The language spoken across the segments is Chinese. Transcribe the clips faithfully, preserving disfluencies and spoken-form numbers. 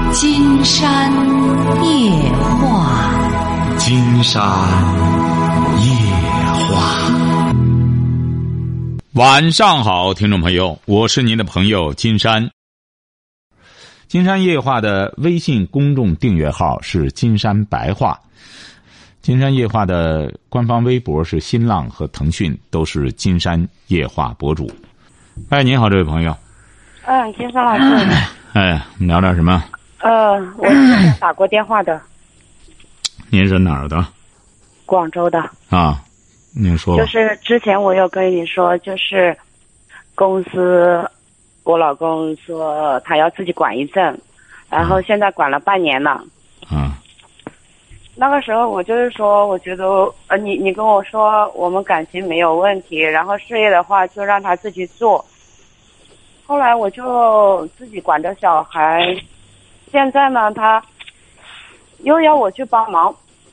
金山夜话， 金山夜话。 晚上好，听众朋友，我是您的朋友金山。金山夜话的微信公众订阅号是金山白话，金山夜话的官方微博是新浪和腾讯，都是金山夜话博主。哎，您好，这位朋友。 嗯，金山老师。 哎，我们聊点什么？ 呃，我之前打过电话的。 您是哪儿的？ 广州的。 啊，您说吧。 就是之前我有跟你说，就是公司，我老公说他要自己管一阵，然后现在管了半年了。 嗯。 那个时候我就是说，我觉得呃，你你跟我说我们感情没有问题，然后事业的话就让他自己做。后来我就自己管着小孩，现在呢，他又要我去帮忙。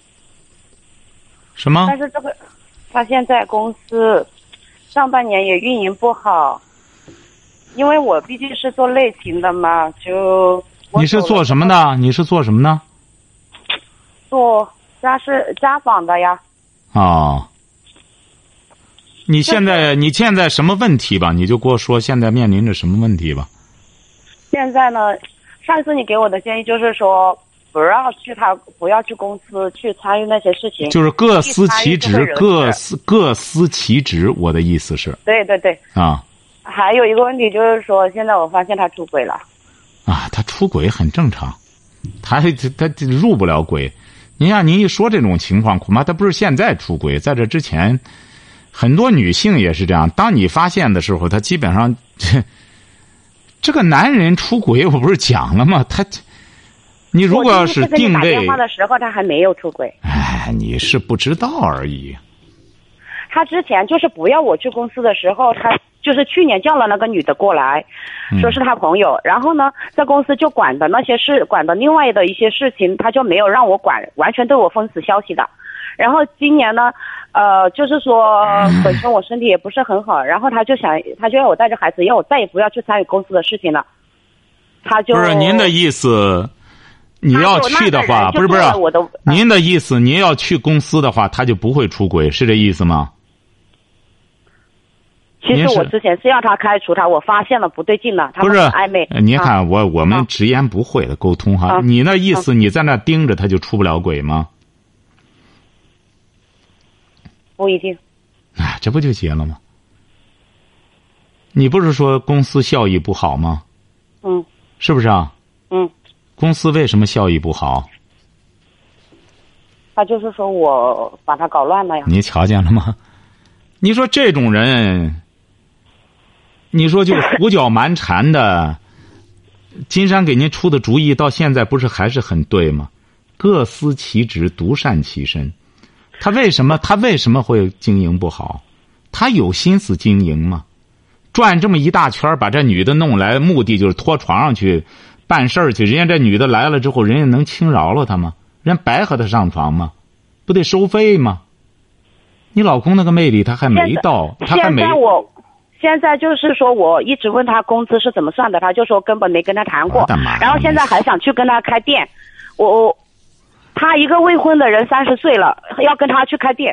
什么？ 但是这个，他现在公司上半年也运营不好，因为我毕竟是做内勤的嘛，就你是做什么的？你是做什么呢？ 做家事家访的呀。 哦。你现在、就是、你现在什么问题吧？你就给我说现在面临着什么问题吧。 现在呢，上次你给我的建议就是说，不要去他不要去公司去参与那些事情， 就是各司其职，各司各司其职。我的意思是， 对对对啊。 还有一个问题就是说，现在我发现他出轨了。 啊，他出轨很正常，他他他入不了轨。您让您一说这种情况，恐怕他不是现在出轨，在这之前。很多女性也是这样，当你发现的时候，他基本上这这个男人出轨，我不是讲了吗？他，你如果要是定位，我打电话的时候他还没有出轨。 哎，你是不知道而已。 他之前就是不要我去公司的时候，他就是去年叫了那个女的过来，说是他朋友，嗯、然后呢，在公司就管的那些事，管的另外的一些事情，他就没有让我管，完全对我封死消息的。然后今年呢，呃，就是说本身我身体也不是很好，然后他就想，他就要我带着孩子，要我再也不要去参与公司的事情了。他就不是您的意思，你要去的话，不是不是， 我的您的意思，您要去公司的话，他就不会出轨，是这意思吗？ 其实我之前是让他开除他，我发现了不对劲了，他们很暧昧。 您看、啊、我我们直言不讳的沟通哈，啊、你那意思，你在那盯着他就出不了轨吗？ 不一定。 哎，这不就结了吗？你不是说公司效益不好吗？ 嗯。 是不是啊？ 嗯。 公司为什么效益不好？ 他就是说我把他搞乱了呀。 你瞧见了吗？你说这种人，你说就胡搅蛮缠的，金山给您出的主意到现在不是还是很对吗？各司其职，独善其身。他为什么他为什么会经营不好？他有心思经营吗？转这么一大圈，把这女的弄来，目的就是拖床上去办事儿去。人家这女的来了之后，人家能轻饶了他吗？人白和他上床吗？不得收费吗？你老公那个魅力他还没到，他还没。 现在我现在就是说我一直问他工资是怎么算的，他就说根本没跟他谈过。然后现在还想去跟他开店，我我。他一个未婚的人三十岁了，要跟他去开店。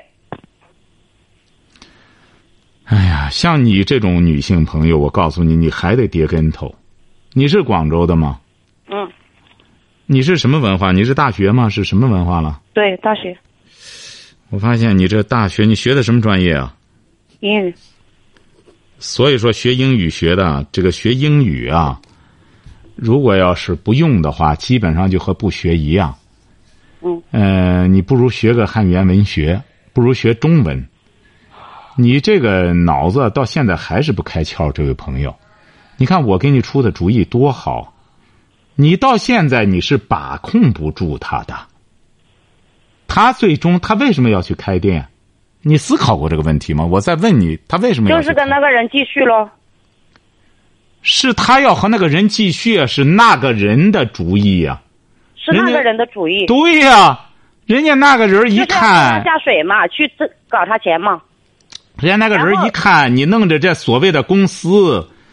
哎呀，像你这种女性朋友，我告诉你，你还得跌跟头。你是广州的吗？ 嗯。 你是什么文化？你是大学吗？是什么文化了？ 对，大学。 我发现你这大学，你学的什么专业啊？ 英语。 所以说学英语学的这个学英语啊，如果要是不用的话，基本上就和不学一样。 嗯， 呃，你不如学个汉语言文学，不如学中文。你这个脑子到现在还是不开窍，这位朋友。你看我给你出的主意多好，你到现在你是把控不住他的。他最终他为什么要去开店？你思考过这个问题吗？我在问你，他为什么要去开店？ 就是跟那个人继续咯。 是他要和那个人继续，是那个人的主意呀、啊。 是那个人的主意。 对呀、啊，人家那个人一看， 就是要下水嘛，去搞他钱嘛。 人家那个人一看，你弄着这所谓的公司，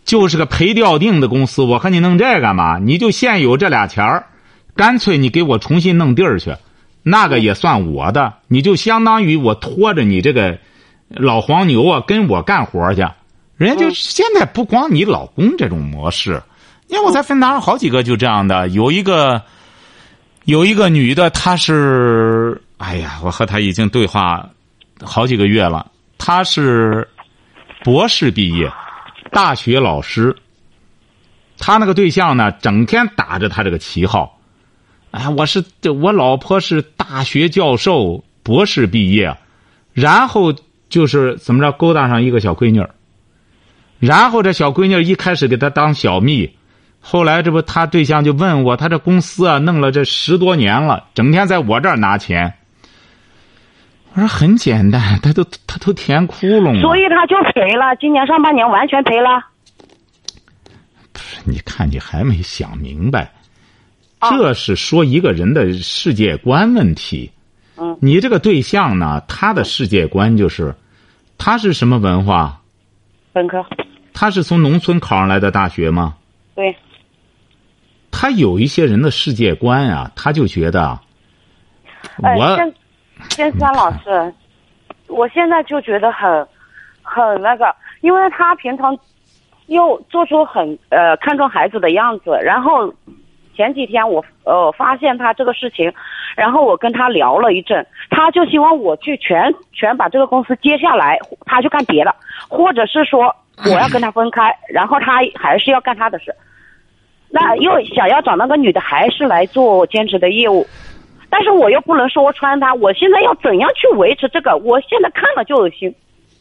就是个赔掉定的公司，我和你弄这干嘛？你就现有这俩钱儿，干脆你给我重新弄地儿去，那个也算我的，你就相当于我拖着你这个老黄牛啊跟我干活去。人家就现在不光你老公这种模式，因为我在分堂上好几个就这样的，有一个有一个女的，她是哎呀，我和她已经对话好几个月了，她是博士毕业，大学老师。她那个对象呢，整天打着她这个旗号，哎，我是我老婆是大学教授，博士毕业，然后就是怎么着勾搭上一个小闺女儿。然后这小闺女一开始给他当小蜜，后来这不他对象就问我，他这公司啊弄了这十多年了，整天在我这儿拿钱。我说很简单，他都他都填窟窿了， 所以他就赔了，今年上半年完全赔了。 不是，你看你还没想明白，这是说一个人的世界观问题。 嗯， 你这个对象呢，他的世界观就是，他是什么文化？ 本科。 他是从农村考上来的大学吗？ 对。 他有一些人的世界观啊，他就觉得，我， 呃，先三老师，我现在就觉得很，很那个，因为他平常又做出很呃看重孩子的样子，然后前几天我呃发现他这个事情，然后我跟他聊了一阵，他就希望我去全全把这个公司接下来，他去干别的，或者是说我要跟他分开，然后他还是要干他的事，那又想要找那个女的还是来做兼职的业务，但是我又不能说穿他，我现在要怎样去维持这个？我现在看了就恶心。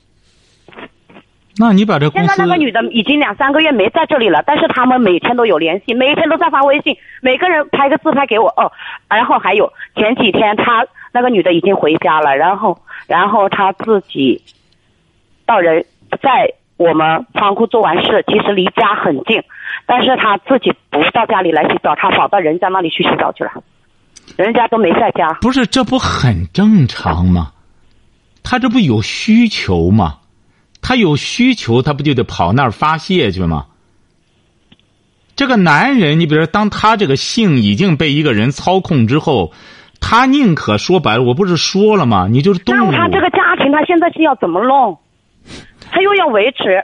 那你把这公司， 现在那个女的已经两三个月没在这里了，但是他们每天都有联系，每天都在发微信，每个人拍个自拍给我哦。然后还有前几天他那个女的已经回家了，然后然后他自己到人在我们仓库做完事，其实离家很近，但是他自己不到家里来洗澡，他跑到人家那里去洗澡去了，人家都没在家。 不是，这不很正常吗？他这不有需求吗？他有需求，他不就得跑那儿发泄去吗？这个男人，你比如说，当他这个性已经被一个人操控之后，他宁可说白了，我不是说了吗？你就是动物。 那他这个家庭，他现在是要怎么弄？他又要维持。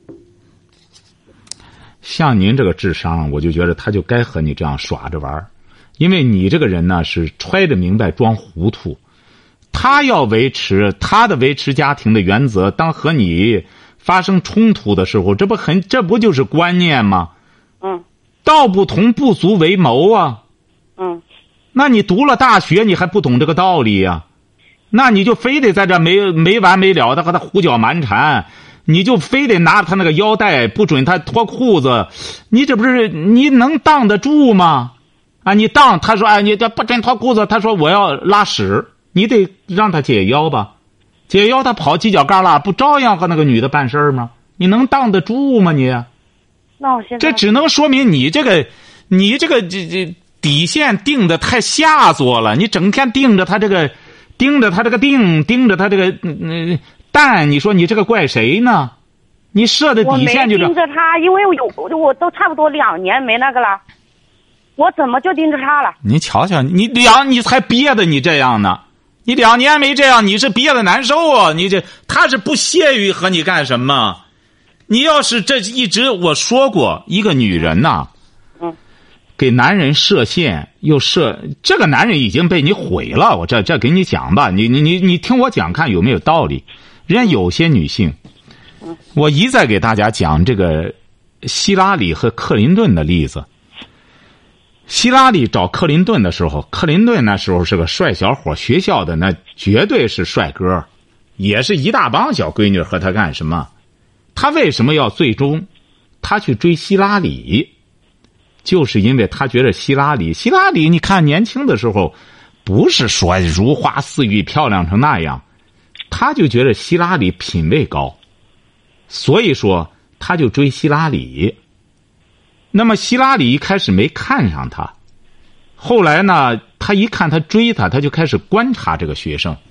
像您这个智商，我就觉得他就该和你这样耍着玩，因为你这个人呢是揣着明白装糊涂。他要维持他的维持家庭的原则，当和你发生冲突的时候，这不很这不就是观念吗？ 嗯， 道不同不足为谋啊。 嗯， 那你读了大学，你还不懂这个道理呀？那你就非得在这没没完没了的和他胡搅蛮缠，你就非得拿他那个腰带不准他脱裤子，你这不是你能挡得住吗？啊，你挡他说哎，你这不准脱裤子，他说我要拉屎。你得让他解腰吧，解腰他跑犄角旮旯，不照样和那个女的办事吗？你能挡得住吗你？ 那我现在这只能说明你这个，你这个这这底线定的太下作了。你整天盯着他这个，盯着他这个定，盯着他这个嗯蛋，你说你这个怪谁呢？你设的底线就是。 我没盯着他，因为我有我都差不多两年没那个了。我怎么就盯着他了？ 你瞧瞧，你两你才憋的你这样呢。你两年没这样，你是憋得难受啊！你这他是不屑于和你干什么？你要是这一直我说过，一个女人呐， 嗯， 给男人设限又设，这个男人已经被你毁了。我这这给你讲吧，你你你你听我讲，看有没有道理。人家有些女性，我一再给大家讲这个希拉里和克林顿的例子。希拉里找克林顿的时候，克林顿那时候是个帅小伙，学校的那绝对是帅哥，也是一大帮小闺女和他干什么？他为什么要最终他去追希拉里？就是因为他觉得希拉里，希拉里你看年轻的时候不是说如花似玉漂亮成那样，他就觉得希拉里品位高，所以说他就追希拉里。那么希拉里一开始没看上他，后来呢，他一看他追他，他就开始观察这个学生。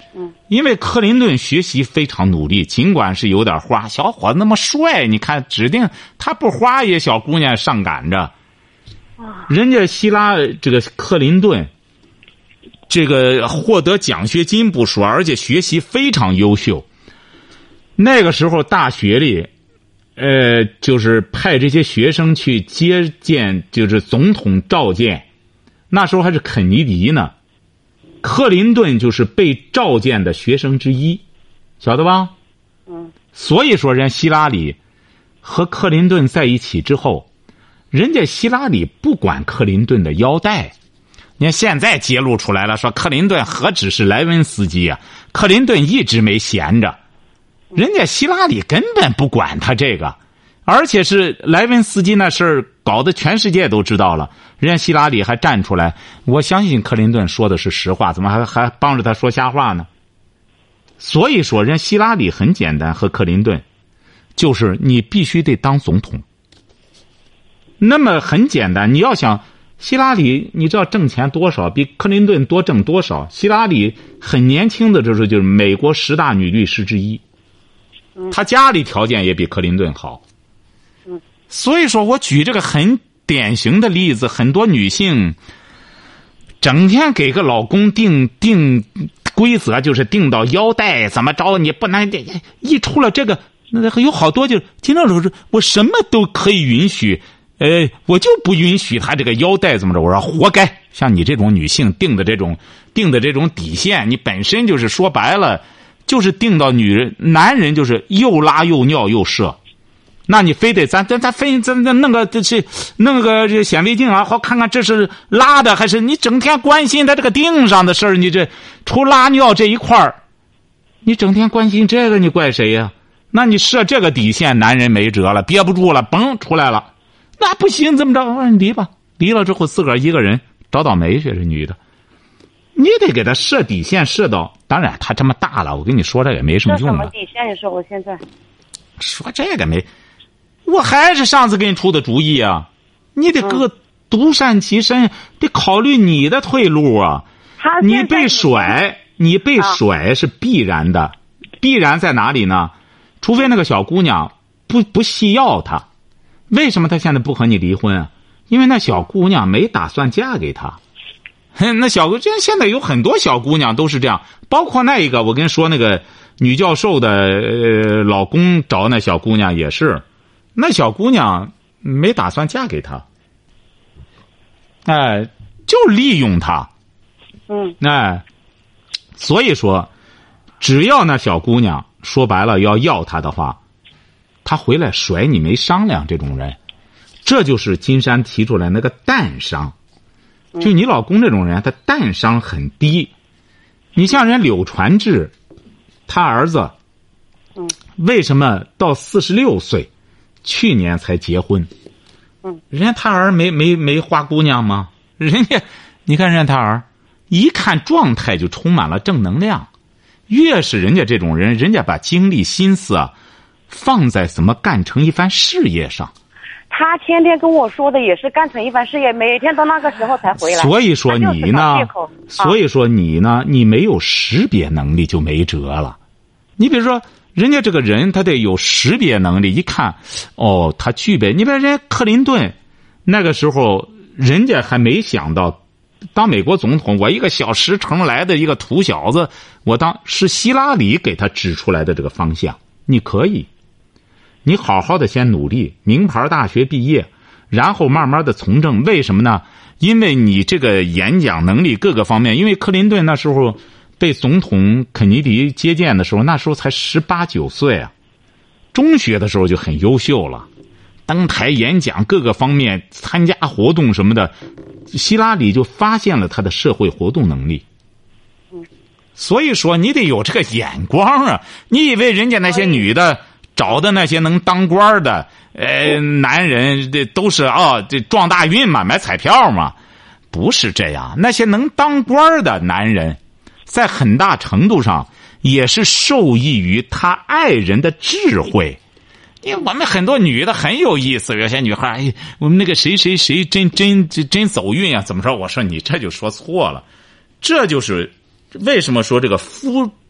嗯， 因为克林顿学习非常努力，尽管是有点花，小伙子那么帅，你看指定他不花也小姑娘上赶着。人家希拉这个克林顿，这个获得奖学金不说，而且学习非常优秀。那个时候大学里，呃，就是派这些学生去接见，就是总统召见。那时候还是肯尼迪呢，克林顿就是被召见的学生之一，晓得吧？ 嗯。 所以说，人希拉里和克林顿在一起之后。人家希拉里不管克林顿的腰带，你看现在揭露出来了，说克林顿何止是莱文斯基啊，克林顿一直没闲着，人家希拉里根本不管他这个，而且是莱文斯基那事儿搞得全世界都知道了，人家希拉里还站出来，我相信克林顿说的是实话，怎么还还帮着他说瞎话呢？所以说，人希拉里很简单，和克林顿就是你必须得当总统。那么很简单，你要想希拉里，你知道挣钱多少，比克林顿多挣多少？希拉里很年轻的时候就是美国十大女律师之一，她家里条件也比克林顿好。所以说我举这个很典型的例子，很多女性整天给个老公定定规则，就是定到腰带怎么着，你不能一出了这个，那有好多就经常说是我什么都可以允许。呃，我就不允许他这个腰带怎么着？我说活该！像你这种女性定的这种定的这种底线，你本身就是说白了，就是定到女人、男人就是又拉又尿又射，那你非得咱咱咱分咱咱弄个这是弄个这显微镜啊，好看看这是拉的还是你整天关心他这个腚上的事儿？你这除拉尿这一块儿，你整天关心这个，你怪谁呀？那你设这个底线，男人没辙了，憋不住了，嘣出来了。那不行，怎么着？我说你离吧，离了之后自个儿一个人找倒霉去。这女的，你得给她设底线，设到。当然，她这么大了，我跟你说这也没什么用了。 什么底线？你说我现在说这个没，我还是上次给你出的主意啊。你得各独善其身，得考虑你的退路啊。你被甩，你被甩是必然的，必然在哪里呢？除非那个小姑娘不不细要他。为什么他现在不和你离婚啊？因为那小姑娘没打算嫁给他。那小姑娘现在有很多小姑娘都是这样，包括那一个我跟你说那个女教授的、呃、老公找那小姑娘也是，那小姑娘没打算嫁给他，哎、呃，就利用他。 嗯， 哎，所以说，只要那小姑娘说白了要要他的话。他回来甩你没商量，这种人，这就是金山提出来那个淡商。就你老公这种人，他淡商很低。你像人柳传志，他儿子，为什么到四十六岁，去年才结婚？人家他儿没没没花姑娘吗？人家，你看人家他儿，一看状态就充满了正能量。越是人家这种人，人家把精力心思啊。放在怎么干成一番事业上， 他天天跟我说的也是干成一番事业，每天到那个时候才回来。 所以说你呢，所以说你呢，你没有识别能力就没辙了。你比如说，人家这个人他得有识别能力，一看，哦，他具备。你比如人家克林顿，那个时候人家还没想到当美国总统，我一个小石城来的一个土小子，我当是希拉里给他指出来的这个方向，你可以。你好好的先努力，名牌大学毕业，然后慢慢的从政。为什么呢？因为你这个演讲能力各个方面，因为克林顿那时候被总统肯尼迪接见的时候，那时候才十八九岁啊，中学的时候就很优秀了，登台演讲各个方面参加活动什么的，希拉里就发现了他的社会活动能力。所以说你得有这个眼光啊！你以为人家那些女的找的那些能当官的，呃，男人这都是啊，这撞大运嘛，买彩票嘛，不是这样。那些能当官的男人，在很大程度上也是受益于他爱人的智慧。因为我们很多女的很有意思，有些女孩，哎，我们那个谁谁谁真真真走运啊，怎么说？我说你这就说错了，这就是为什么说这个夫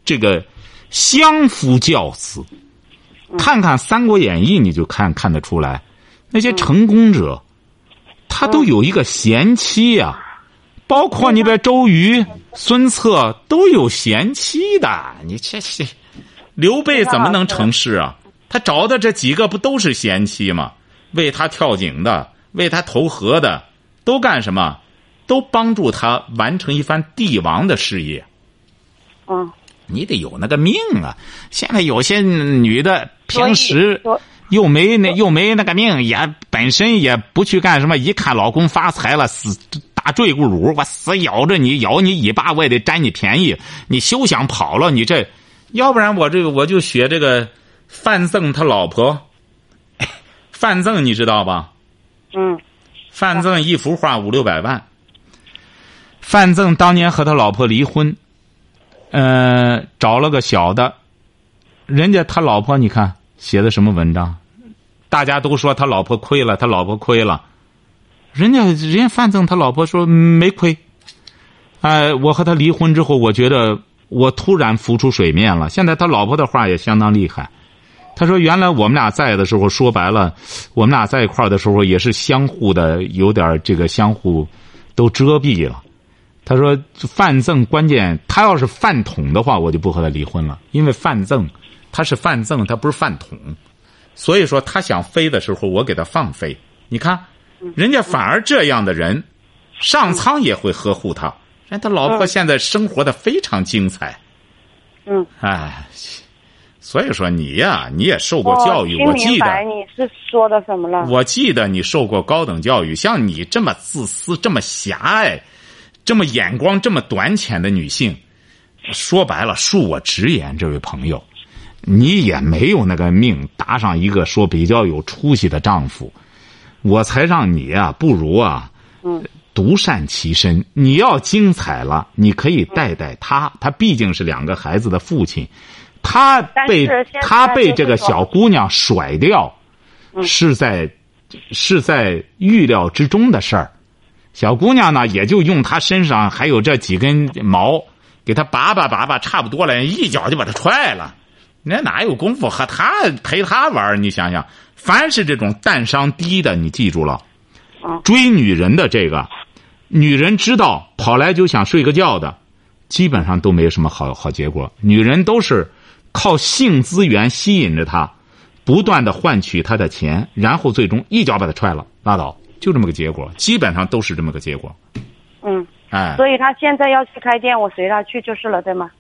这个相夫教子。看看《三国演义》，你就看看得出来，那些成功者，他都有一个贤妻呀、啊。包括你比如周瑜、孙策都有贤妻的。你这这，刘备怎么能成事啊？他找的这几个不都是贤妻吗？为他跳井的，为他投河的，都干什么？都帮助他完成一番帝王的事业。 嗯， 你得有那个命啊！现在有些女的平时又没那又没那个命，也本身也不去干什么，一看老公发财了，死打坠骨乳，我死咬着你，咬你尾巴，我也得占你便宜，你休想跑了！你这，要不然我这个我就学这个范增他老婆，范增你知道吧？ 嗯， 范增一幅画五六百万。范增当年和他老婆离婚，呃，找了个小的，人家他老婆你看写的什么文章？大家都说他老婆亏了，他老婆亏了，人家人家范增他老婆说没亏。哎、呃，我和他离婚之后，我觉得我突然浮出水面了。现在他老婆的话也相当厉害。他说原来我们俩在的时候，说白了，我们俩在一块儿的时候也是相互的有点这个相互都遮蔽了。他说范增关键他要是饭桶的话，我就不和他离婚了，因为范增他是范增，他不是饭桶，所以说他想飞的时候我给他放飞。你看人家反而这样的人上苍也会呵护他，人他老婆现在生活的非常精彩。 嗯， 哎，所以说你呀、啊、你也受过教育，我记得你是说的什么了？ 我记得你受过高等教育，像你这么自私这么狭隘这么眼光这么短浅的女性，说白了恕我直言，这位朋友你也没有那个命搭上一个说比较有出息的丈夫，我才让你啊不如啊独善其身。你要精彩了你可以带带他，他毕竟是两个孩子的父亲，他被他被这个小姑娘甩掉是在是在预料之中的事儿。小姑娘呢也就用她身上还有这几根毛给她拔拔拔拔差不多了，一脚就把她踹了，那哪有功夫和她陪她玩？你想想，凡是这种蛋商低的，你记住了，追女人的这个女人知道跑来就想睡个觉的，基本上都没什么好好结果。女人都是靠性资源吸引着她，不断的换取她的钱，然后最终一脚把她踹了，拉倒，就这么个结果，基本上都是这么个结果。 嗯， 哎， 所以他现在要去开店，我随他去就是了，对吗？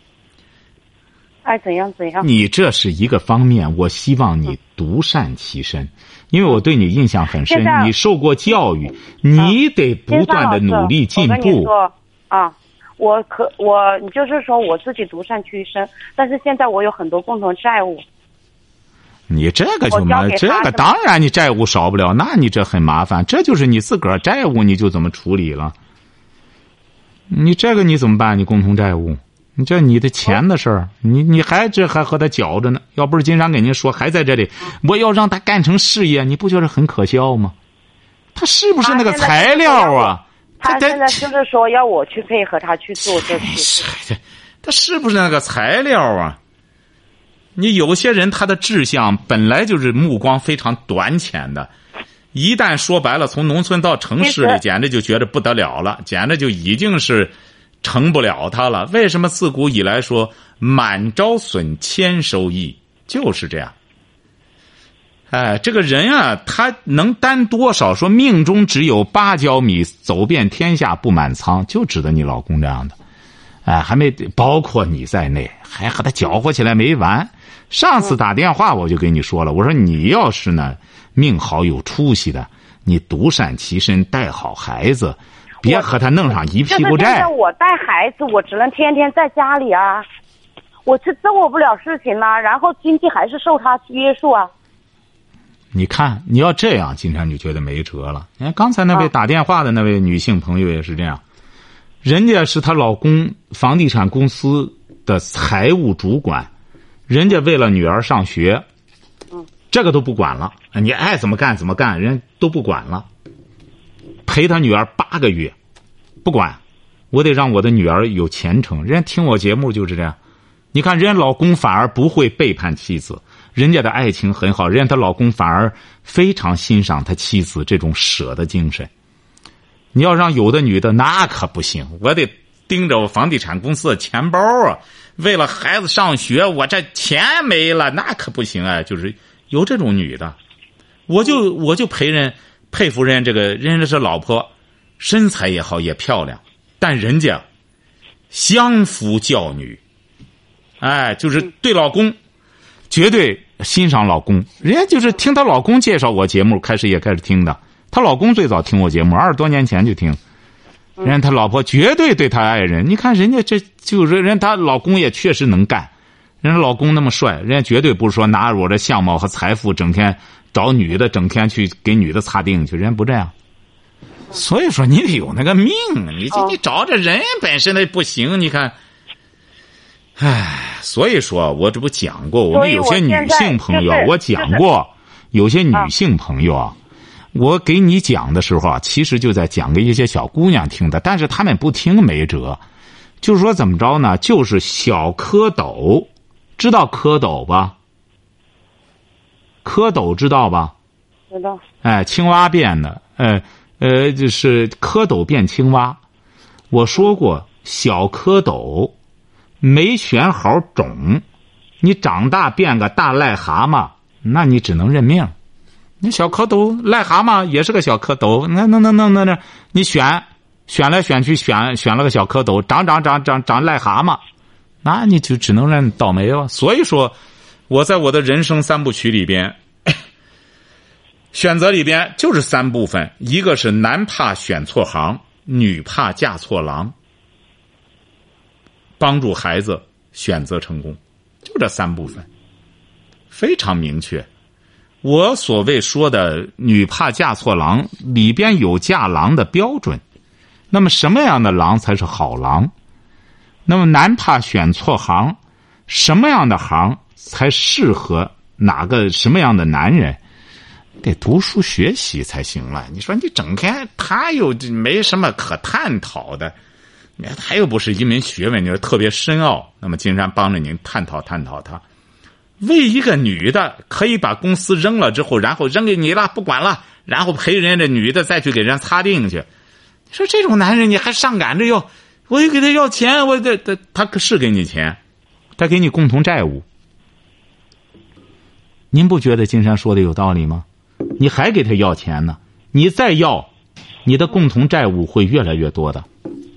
爱怎样怎样。 你这是一个方面，我希望你独善其身，因为我对你印象很深，你受过教育，你得不断的努力进步。 我跟你说啊，我可我你就是说我自己独善其身，但是现在我有很多共同债务。 你这个就嘛，这个当然你债务少不了，那你这很麻烦，这就是你自个儿债务，你就怎么处理了？你这个你怎么办？你共同债务，你这你的钱的事儿，你你还这还和他搅着呢。要不是经常给您说还在这里，我要让他干成事业，你不觉得很可笑吗？他是不是那个材料啊？ 他现在就是说要我去配合他去做这事， 他是不是那个材料啊？你有些人他的志向本来就是目光非常短浅的，一旦说白了从农村到城市里简直就觉得不得了了，简直就已经是成不了他了。为什么自古以来说满招损，谦收益，就是这样。哎，这个人啊他能担多少，说命中只有八角米，走遍天下不满仓，就指的你老公这样的。哎，还没包括你在内，还和他搅和起来没完。上次打电话我就跟你说了，我说你要是呢命好有出息的，你独善其身，带好孩子，别和他弄上一屁股债。 现在我带孩子，我只能天天在家里啊，我是做不了事情啦、啊，然后经济还是受他约束啊。 你看，你要这样，金山就觉得没辙了。你看刚才那位打电话的那位女性朋友也是这样，人家是她老公房地产公司的财务主管，人家为了女儿上学，这个都不管了，你爱怎么干怎么干，人都不管了。陪他女儿八个月，不管，我得让我的女儿有前程。人家听我节目就是这样， 你看人家老公反而不会背叛妻子，人家的爱情很好，人家她老公反而非常欣赏他妻子这种舍的精神。你要让有的女的那可不行，我得盯着我房地产公司的钱包啊，为了孩子上学我这钱没了，那可不行啊。就是有这种女的，我就我就陪人佩服人家这个人家是老婆，身材也好也漂亮，但人家相夫教女，哎，就是对老公绝对欣赏老公。人家就是听她老公介绍我节目，开始也开始听的。她老公最早听我节目，二十多年前就听。人家她老婆绝对对她爱人，你看人家这就是人家她老公也确实能干，人家老公那么帅，人家绝对不是说拿着我的相貌和财富整天找女的，整天去给女的擦腚去，人家不这样。所以说你得有那个命，你这你找着人本身的不行，你看。唉，所以说我这不讲过，我们有些女性朋友，我讲过，有些女性朋友啊，我给你讲的时候啊，其实就在讲给一些小姑娘听的，但是她们不听没辙。就是说怎么着呢？就是小蝌蚪，知道蝌蚪吧？蝌蚪知道吧？ 知道。 哎，青蛙变的，呃呃，就是蝌蚪变青蛙。我说过，小蝌蚪没选好种，你长大变个大癞蛤蟆，那你只能认命。你小蝌蚪癞蛤蟆也是个小蝌蚪，那那那那那那，你选选来选去选选了个小蝌蚪，长长长长长癞蛤蟆，那你就只能认倒霉了。所以说，我在我的人生三部曲里边，选择里边就是三部分，一个是男怕选错行，女怕嫁错郎，帮助孩子选择成功，就这三部分，非常明确。我所谓说的女怕嫁错郎里边有嫁郎的标准，那么什么样的郎才是好郎？那么男怕选错行，什么样的行才适合哪个什么样的男人？得读书学习才行了。你说你整天他又没什么可探讨的，他又不是一门学问，你说特别深奥，那么金山帮着您探讨探讨他。为一个女的可以把公司扔了之后，然后扔给你了，不管了，然后陪人家这女的再去给人家擦腚去。你说这种男人你还上赶着要，我也给他要钱，我这他他可是给你钱，他给你共同债务。您不觉得金山说的有道理吗？你还给他要钱呢，你再要，你的共同债务会越来越多的。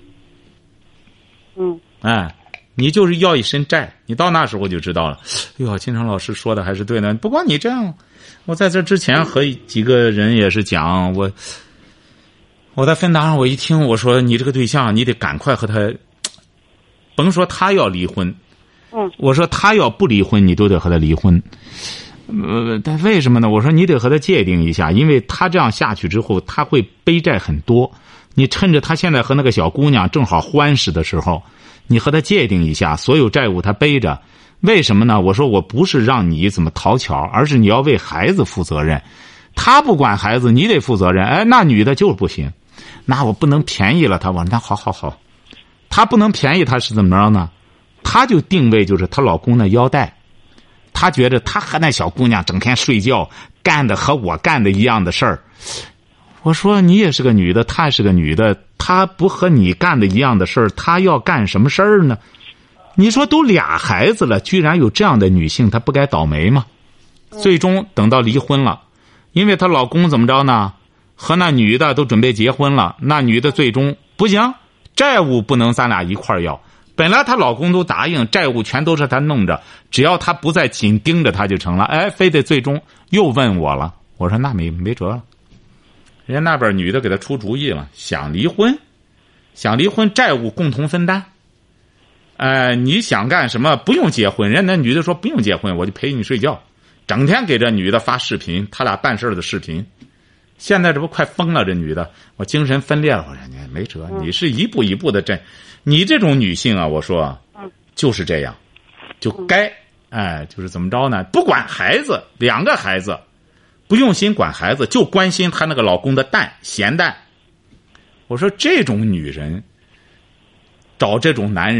嗯， 哎，你就是要一身债，你到那时候就知道了。哎呦，金城老师说的还是对的。不光你这样，我在这之前和几个人也是讲，我我在分达上我一听，我说你这个对象你得赶快和他，甭说他要离婚， 嗯， 我说他要不离婚，你都得和他离婚。呃，但为什么呢？我说你得和他界定一下，因为他这样下去之后，他会背债很多。你趁着他现在和那个小姑娘正好欢实的时候，你和他界定一下，所有债务他背着。为什么呢？我说我不是让你怎么讨巧，而是你要为孩子负责任。他不管孩子，你得负责任。哎，那女的就是不行，那我不能便宜了他。我说那好好好，他不能便宜他是怎么着呢？他就定位就是她老公的腰带。他觉得他和那小姑娘整天睡觉，干的和我干的一样的事儿。我说你也是个女的，她也是个女的，她不和你干的一样的事儿，她要干什么事儿呢？你说都俩孩子了，居然有这样的女性，她不该倒霉吗？最终等到离婚了，因为她老公怎么着呢？和那女的都准备结婚了，那女的最终不行，债务不能咱俩一块儿要。本来她老公都答应，债务全都是她弄着，只要她不再紧盯着她就成了。哎，非得最终又问我了，我说那没没辙了。人家那边女的给他出主意了，想离婚，想离婚，债务共同分担。呃，你想干什么？不用结婚。人家那女的说不用结婚，我就陪你睡觉，整天给这女的发视频，他俩办事的视频。现在这不快疯了，这女的，我精神分裂了。我说你没辙，你是一步一步的这，你这种女性啊，我说就是这样，就该哎，就是怎么着呢？不管孩子，两个孩子。不用心管孩子，就关心她那个老公的蛋咸蛋。我说这种女人找这种男人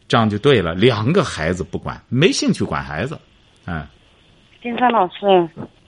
这样就对了。两个孩子不管，没兴趣管孩子，嗯。 金山老师，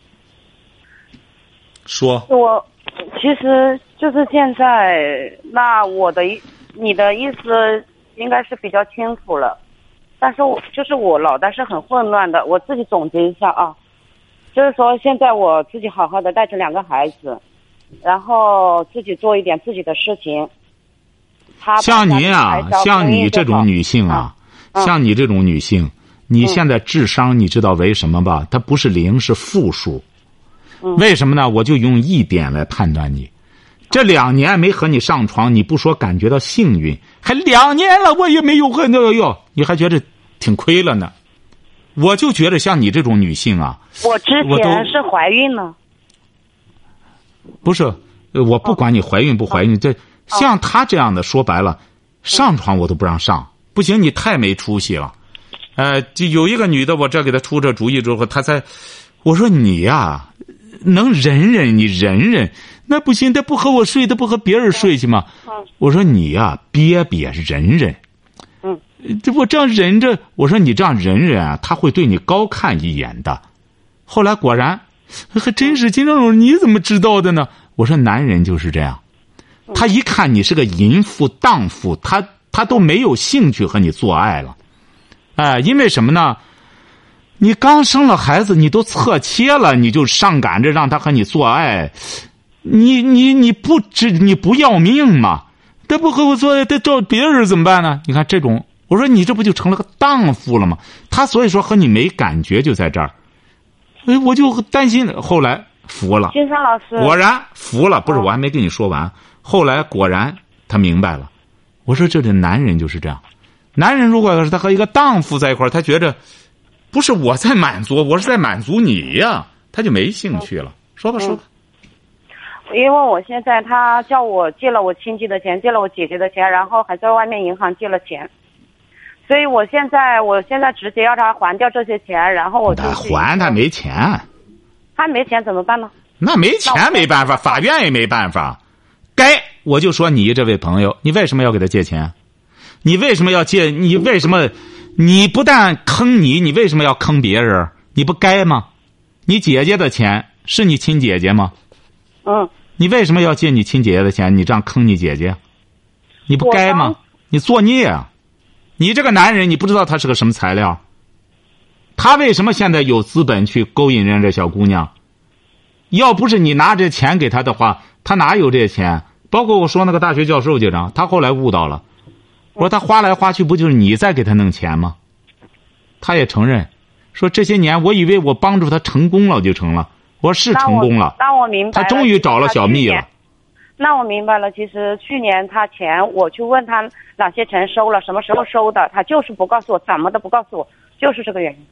说， 我其实就是现在，那我的意，你的意思应该是比较清楚了，但是我就是我脑袋是很混乱的。我自己总结一下啊，就是说现在我自己好好的带着两个孩子，然后自己做一点自己的事情。 像您啊，像你这种女性啊，啊像你这种女性。你现在智商你知道为什么吧？它不是零，是负数。为什么呢？我就用一点来判断你。这两年没和你上床，你不说感觉到幸运，还两年了我也没有和那个哟，你还觉得挺亏了呢。我就觉得像你这种女性啊， 我之前是怀孕了。 不是，我不管你怀孕不怀孕，这像她这样的，说白了，上床我都不让上，不行，你太没出息了。呃，就有一个女的，我这给她出这主意之后，她才，我说你呀、啊，能忍忍，你忍忍，那不行，她不和我睡，她不和别人睡去吗？我说你呀、啊，憋憋，忍忍。 嗯， 这我这样忍着，我说你这样忍忍啊，他会对你高看一眼的。后来果然，还真是金正荣，你怎么知道的呢？我说男人就是这样，他一看你是个淫妇荡妇，他他都没有兴趣和你做爱了。哎，因为什么呢？你刚生了孩子，你都侧切了，你就上赶着让他和你做爱，你你你不知你不要命吗？他不和我做爱，他找别人怎么办呢？你看这种，我说你这不就成了个荡妇了吗？他所以说和你没感觉就在这儿，哎，我就担心。后来服了， 金山老师， 果然服了。不是，我还没跟你说完。后来果然他明白了。我说这这男人就是这样。男人如果要是他和一个荡妇在一块儿，他觉着不是我在满足，我是在满足你呀，他就没兴趣了。说吧说吧。 因为我现在他叫我借了我亲戚的钱，借了我姐姐的钱，然后还在外面银行借了钱，所以我现在我现在直接要他还掉这些钱，然后我就还他没钱， 他没钱怎么办呢？ 那没钱没办法，法院也没办法。该我就说你这位朋友，你为什么要给他借钱？你为什么要借？你为什么？你不但坑你，你为什么要坑别人？你不该吗？你姐姐的钱是你亲姐姐吗？ 嗯。 你为什么要借你亲姐姐的钱？你这样坑你姐姐，你不该吗？你作孽啊！你这个男人，你不知道他是个什么材料？他为什么现在有资本去勾引人家小姑娘？要不是你拿这钱给他的话，他哪有这钱？包括我说那个大学教授就这样，他后来悟到了。我说他花来花去不就是你在给他弄钱吗？他也承认，说这些年我以为我帮助他成功了就成了，我是成功了。 那我明白了， 他终于找了小蜜了。 那我明白了，其实去年他钱我去问他哪些钱收了，什么时候收的，他就是不告诉我，怎么都不告诉我，就是这个原因。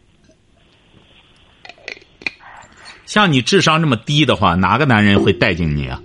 像你智商这么低的话，哪个男人会待见你啊？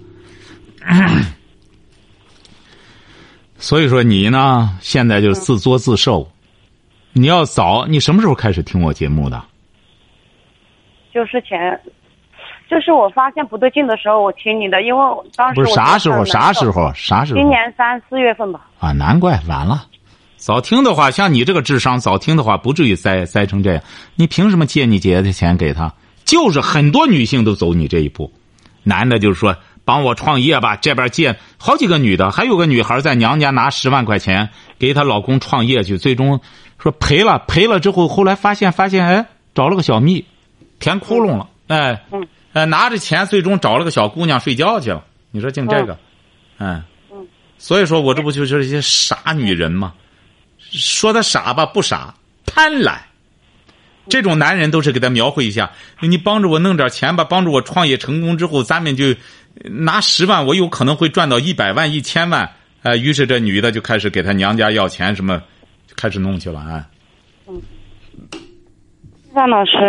所以说你呢，现在就是自作自受。你要早，你什么时候开始听我节目的？ 就是前，就是我发现不对劲的时候，我听你的，因为当时不是啥时候？啥时候？啥时候？ 今年三四月份吧。 啊，难怪晚了。早听的话，像你这个智商，早听的话不至于栽栽成这样。你凭什么借你姐姐的钱给他？就是很多女性都走你这一步，男的就是说帮我创业吧，这边借好几个女的，还有个女孩在娘家拿十万块钱给她老公创业去，最终说赔了，赔了之后后来发现发现哎找了个小蜜，填窟窿了，哎， 嗯， 呃拿着钱最终找了个小姑娘睡觉去了，你说净这个，嗯， 嗯， 所以说我这不就是一些傻女人吗？说他傻吧不傻，贪婪。这种男人都是给他描绘一下，你帮着我弄点钱吧，帮助我创业成功之后，咱们就拿十万，我有可能会赚到一百万、一千万。呃，于是这女的就开始给他娘家要钱，什么就开始弄去了啊。 嗯，范老师，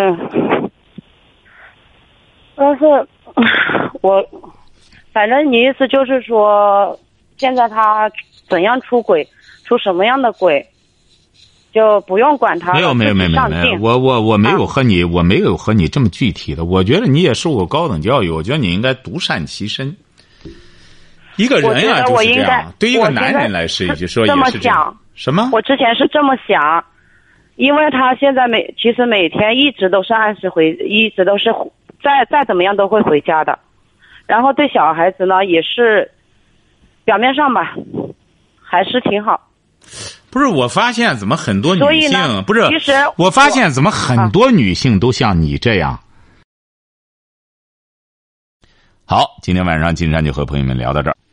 但是我反正你意思就是说，现在他怎样出轨，出什么样的轨？就不用管他了。 没有没有没有没有，我我我没有和你、啊、我没有和你这么具体的。我觉得你也受过高等教育，我觉得你应该独善其身。一个人啊就是这样，对一个男人来说，就说也是这样。 什么？ 我之前是这么想，因为他现在每其实每天一直都是按时回，一直都是再再怎么样都会回家的，然后对小孩子呢也是表面上吧还是挺好。 不是，我发现怎么很多女性不是？ 其实我发现怎么很多女性都像你这样。好，今天晚上金山就和朋友们聊到这儿。